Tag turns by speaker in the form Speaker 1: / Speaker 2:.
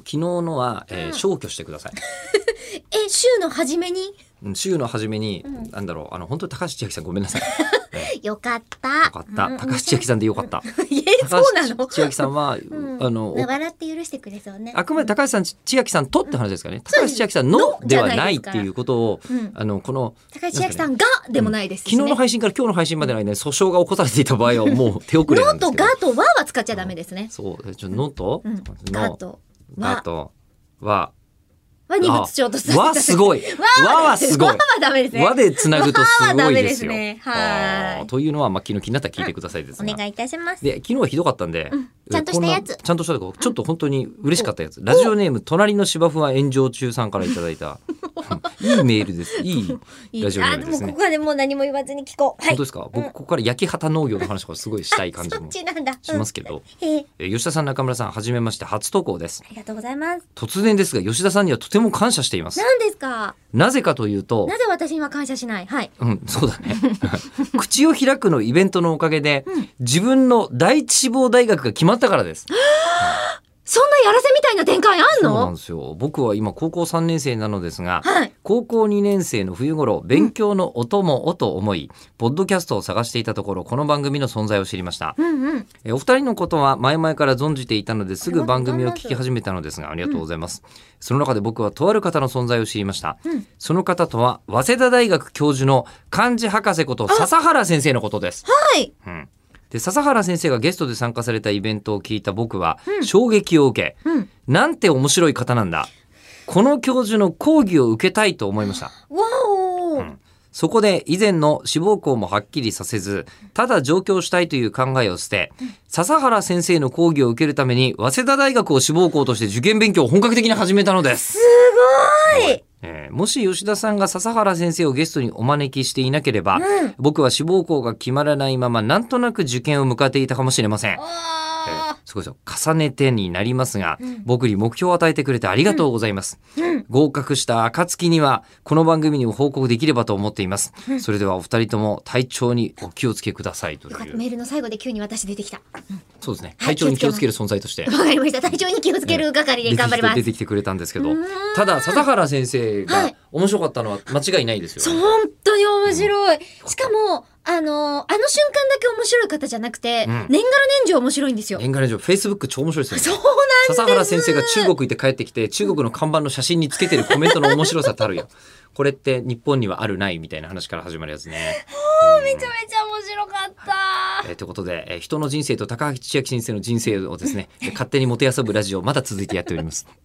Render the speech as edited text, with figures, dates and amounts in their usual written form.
Speaker 1: 昨日のは、消去してください。
Speaker 2: 週の初めに
Speaker 1: 週の初めに、なんだろう、本当に高橋千秋さんごめんなさい。
Speaker 2: よかった。
Speaker 1: よかった。高橋千秋さんでよかった。
Speaker 2: そうなの。
Speaker 1: 千秋さんは、
Speaker 2: 笑って許してくれそうね。
Speaker 1: あくまで高橋さん千秋さんとって話ですからね。高橋千秋さんのではないっていうことを、この
Speaker 2: 高橋千秋さんがでもないですしね。
Speaker 1: 昨日の配信から今日の配信までの間に訴訟が起こされていた場合はもう手遅れなんですけど。
Speaker 2: のとがとわは使っちゃダメですね。
Speaker 1: そう、のと
Speaker 2: がと
Speaker 1: わ
Speaker 2: 和に物調とする。
Speaker 1: わすごい。わはすごい。
Speaker 2: わはダメですね。
Speaker 1: わでつなぐとすごいですよ。
Speaker 2: はい。
Speaker 1: というのは昨日気になったら聞いてくださいですが。
Speaker 2: お願いいたします。
Speaker 1: で昨日はひどかったんで、
Speaker 2: ちゃんとしたやつ。
Speaker 1: ちゃんとしたとこちょっと本当に嬉しかったやつ。ラジオネーム隣の芝生は炎上中さんからいただいたいいメールです。いいラジオネームですね。
Speaker 2: ここはでもう何も言わずに聞こう。
Speaker 1: 本当ですか。僕ここから焼き畑農業の話がすごいしたい感じもしますけど。吉田さん中村さんはじめまして初投稿です。
Speaker 2: ありがとうございます。
Speaker 1: 突然ですが吉田さんにはとても感謝しています。
Speaker 2: 何ですか。
Speaker 1: なぜかというと、
Speaker 2: なぜ私には感謝しない。はい。
Speaker 1: そうだね。口を開くのイベントのおかげで、自分の第一志望大学が決まったからです。
Speaker 2: そんなやらせみたいな展開あんの？
Speaker 1: そうなんですよ。僕は今高校3年生なのですが、
Speaker 2: はい、
Speaker 1: 高校2年生の冬頃勉強のお供をと思い、ポッドキャストを探していたところこの番組の存在を知りました。お二人のことは前々から存じていたのですぐ番組を聞き始めたのですが、ありがとうございます。その中で僕はとある方の存在を知りました。その方とは早稲田大学教授の漢字博士こと笹原先生のことです。
Speaker 2: はい。
Speaker 1: で笹原先生がゲストで参加されたイベントを聞いた僕は衝撃を受け、なんて面白い方なんだ、この教授の講義を受けたいと思いました。
Speaker 2: わお、
Speaker 1: そこで以前の志望校もはっきりさせず、ただ上京したいという考えを捨て、笹原先生の講義を受けるために早稲田大学を志望校として受験勉強を本格的に始めたのです。
Speaker 2: すごい。
Speaker 1: もし吉田さんが笹原先生をゲストにお招きしていなければ、僕は志望校が決まらないままなんとなく受験を向かっていたかもしれません。すごいですよ。重ねてになりますが、僕に目標を与えてくれてありがとうございます。合格した暁にはこの番組にも報告できればと思っています。それではお二人とも体調にお気をつけくださいという。
Speaker 2: よかった、メールの最後で急に私出てきた。
Speaker 1: そうですね。体調に気をつける存在として。
Speaker 2: わかりました。体調に気をつける係で頑張ります。
Speaker 1: 出てきてくれたんですけど、ただ笹原先生が面白かったのは間違いないですよね。
Speaker 2: 本当に面白い。しかもあの瞬間だけ面白い方じゃなくて、年がら年中面白いんですよ。
Speaker 1: 年がら年中、フェイスブック超面白いですよね。
Speaker 2: そうなんです。
Speaker 1: 笹原先生が中国行って帰ってきて、中国の看板の写真につけてるコメントの面白さたるよ。これって日本にはあるないみたいな話から始まるやつね。
Speaker 2: めちゃめちゃ面白かった。
Speaker 1: ということで、人の人生と高橋千秋先生の人生をですね、勝手にもてあそぶラジオまだ続いてやっております。